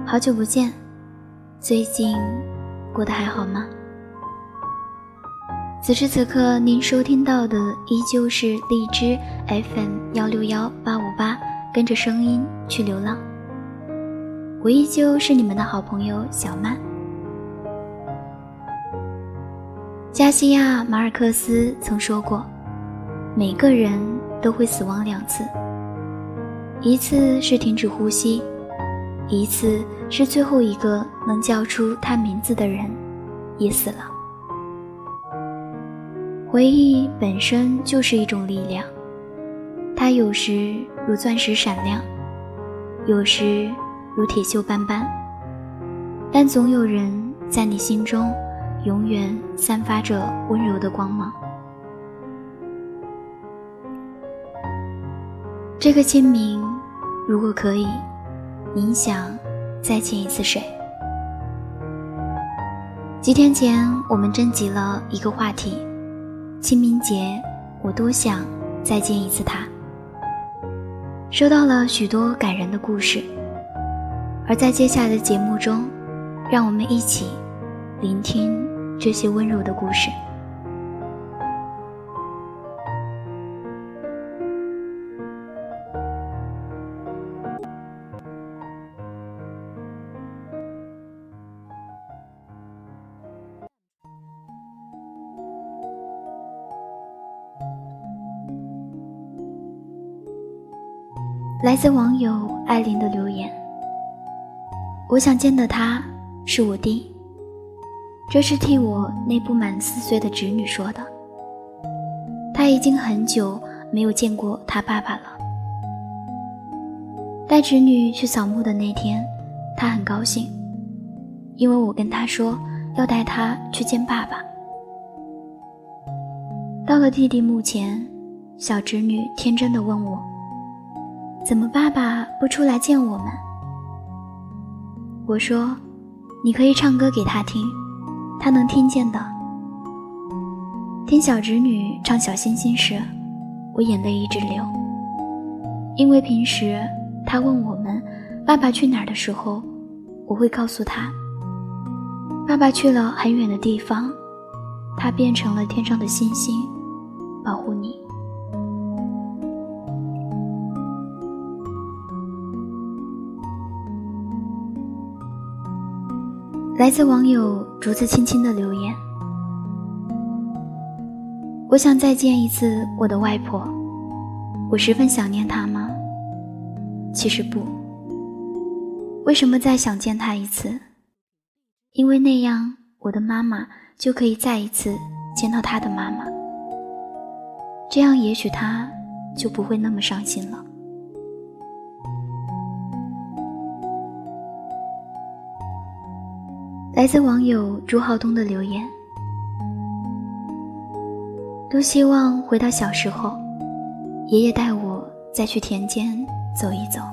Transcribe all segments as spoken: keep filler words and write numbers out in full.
好久不见，最近过得还好吗？此时此刻您收听到的依旧是荔枝 F M 一六一八五八，跟着声音去流浪。我依旧是你们的好朋友小曼。加西亚马尔克斯曾说过，每个人都会死亡两次，一次是停止呼吸，一次是最后一个能叫出他名字的人也死了。回忆本身就是一种力量，它有时如钻石闪亮，有时如铁锈斑斑，但总有人在你心中永远散发着温柔的光芒。这个清明，如果可以，您想再见一次谁？几天前我们征集了一个话题，清明节我多想再见一次他。收到了许多感人的故事，而在接下来的节目中，让我们一起聆听这些温柔的故事。来自网友艾琳的留言，我想见的他是我弟，这是替我那不满四岁的侄女说的。他已经很久没有见过他爸爸了。带侄女去扫墓的那天，他很高兴，因为我跟他说要带他去见爸爸。到了弟弟墓前，小侄女天真地问我，怎么爸爸不出来见我们？我说，你可以唱歌给他听，他能听见的。听小侄女唱小星星时，我眼泪一直流，因为平时他问我们爸爸去哪儿的时候，我会告诉他，爸爸去了很远的地方，他变成了天上的星星，保护你。来自网友竹子青青的留言，我想再见一次我的外婆，我十分想念她吗？其实不。为什么再想见她一次？因为那样我的妈妈就可以再一次见到她的妈妈，这样也许她就不会那么伤心了。来自网友朱浩东的留言，多希望回到小时候，爷爷带我再去田间走一走。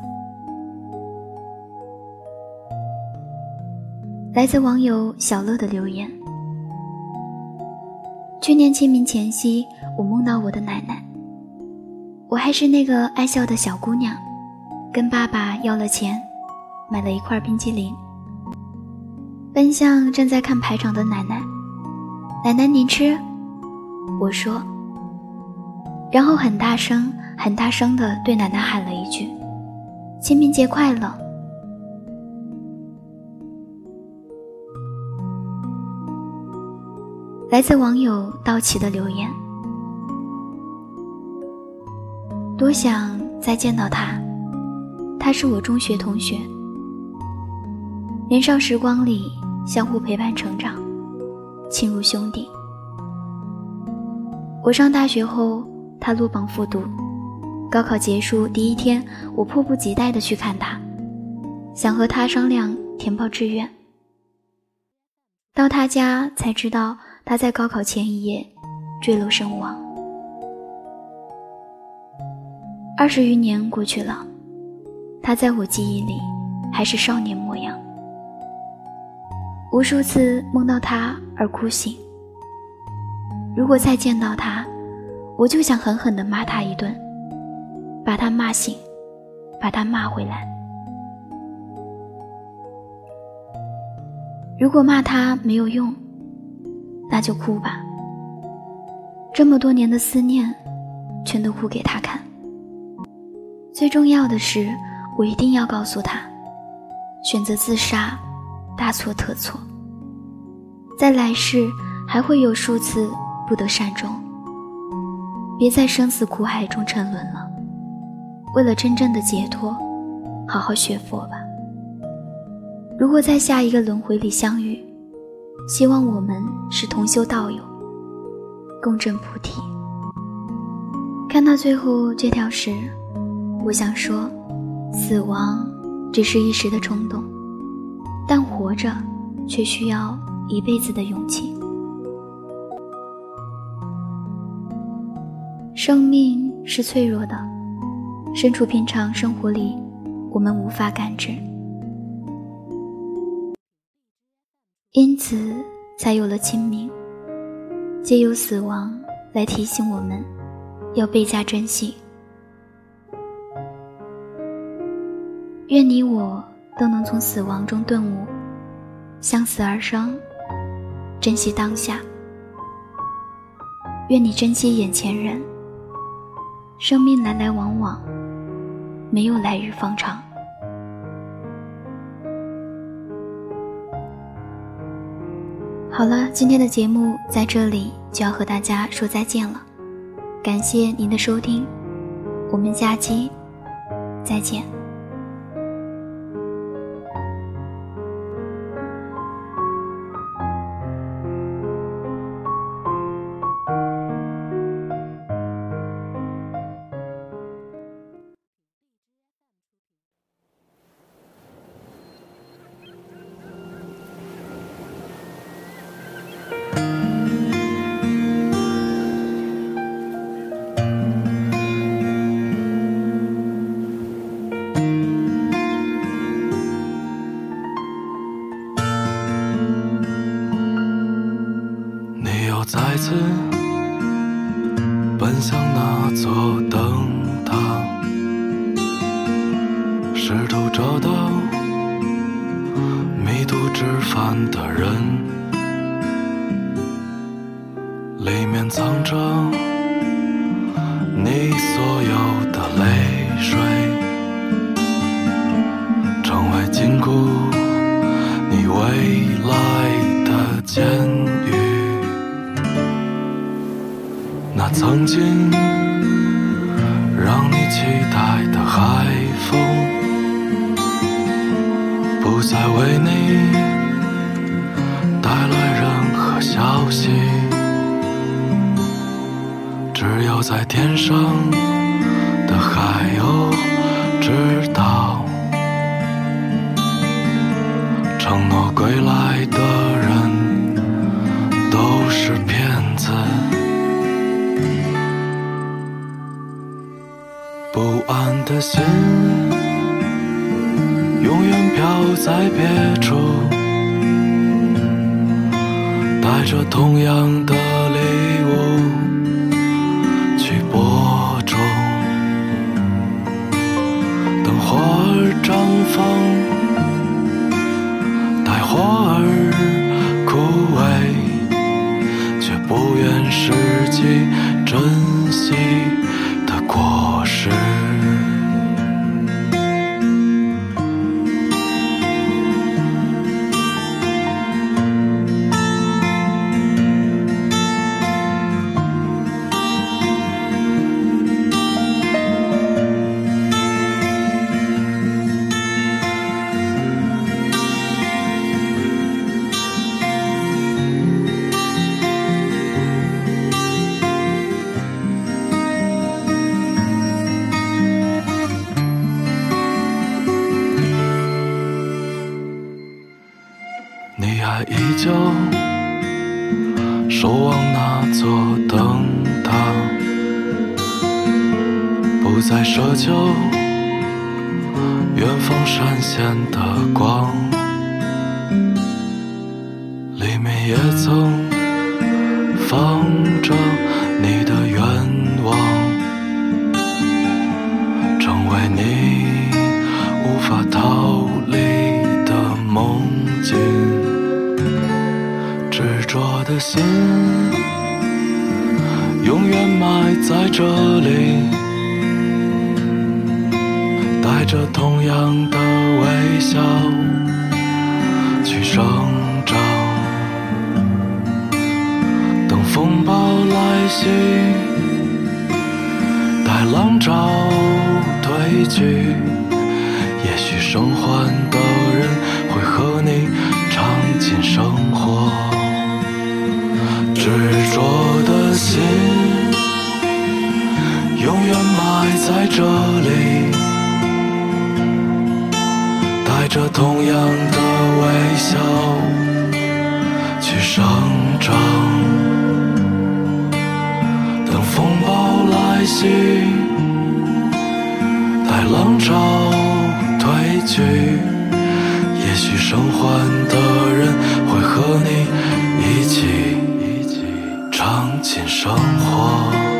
来自网友小乐的留言，去年清明前夕，我梦到我的奶奶，我还是那个爱笑的小姑娘，跟爸爸要了钱，买了一块冰淇淋，奔向正在看排场的奶奶，奶奶您吃？我说，然后很大声很大声地对奶奶喊了一句，清明节快乐。来自网友道奇的留言，多想再见到他，他是我中学同学，年少时光里相互陪伴成长，亲如兄弟。我上大学后，他落榜复读，高考结束第一天，我迫不及待地去看他，想和他商量填报志愿。到他家才知道他在高考前一夜坠楼身亡。二十余年过去了，他在我记忆里还是少年模样。无数次梦到他而哭醒，如果再见到他，我就想狠狠地骂他一顿，把他骂醒，把他骂回来。 如果骂他没有用，那就哭吧，这么多年的思念全都哭给他看。最重要的是，我一定要告诉他，选择自杀大错特错，在来世还会有数次不得善终，别在生死苦海中沉沦了，为了真正的解脱，好好学佛吧。如果在下一个轮回里相遇，希望我们是同修道友，共振菩提。看到最后这条时，我想说，死亡只是一时的冲动，但活着却需要一辈子的勇气。生命是脆弱的，身处平常生活里，我们无法感知，因此才有了清明，借由死亡来提醒我们要倍加珍惜。愿你我都能从死亡中顿悟，向死而生，珍惜当下。愿你珍惜眼前人，生命来来往往，没有来日方长。好了，今天的节目在这里就要和大家说再见了，感谢您的收听，我们下期再见。 再次奔向那座灯塔，试图找到迷途知返的人，里面藏着你所有的泪水，成为禁锢你未来的监狱。那曾经让你期待的海风，不再为你带来任何消息，只有在天上的海鸥知道，承诺归来的人都是骗子。不安的心永远飘在别处，带着同样的礼物去播种，等花儿绽放，待花儿枯萎，却不愿失去珍惜的果实。你还依旧守望那座灯塔，不再奢求远方闪现的光，里面也曾放着你的愿望，成为你无法逃离的梦境。 的心永远埋在这里，带着同样的微笑去生长。等风暴来袭，待浪潮退去，也许生还的人会和你尝尽生活。执着的心永远埋在这里，带着同样的微笑去生长。等风暴来袭，待浪潮退去，也许生还的人会和你一起一起尝尽生活。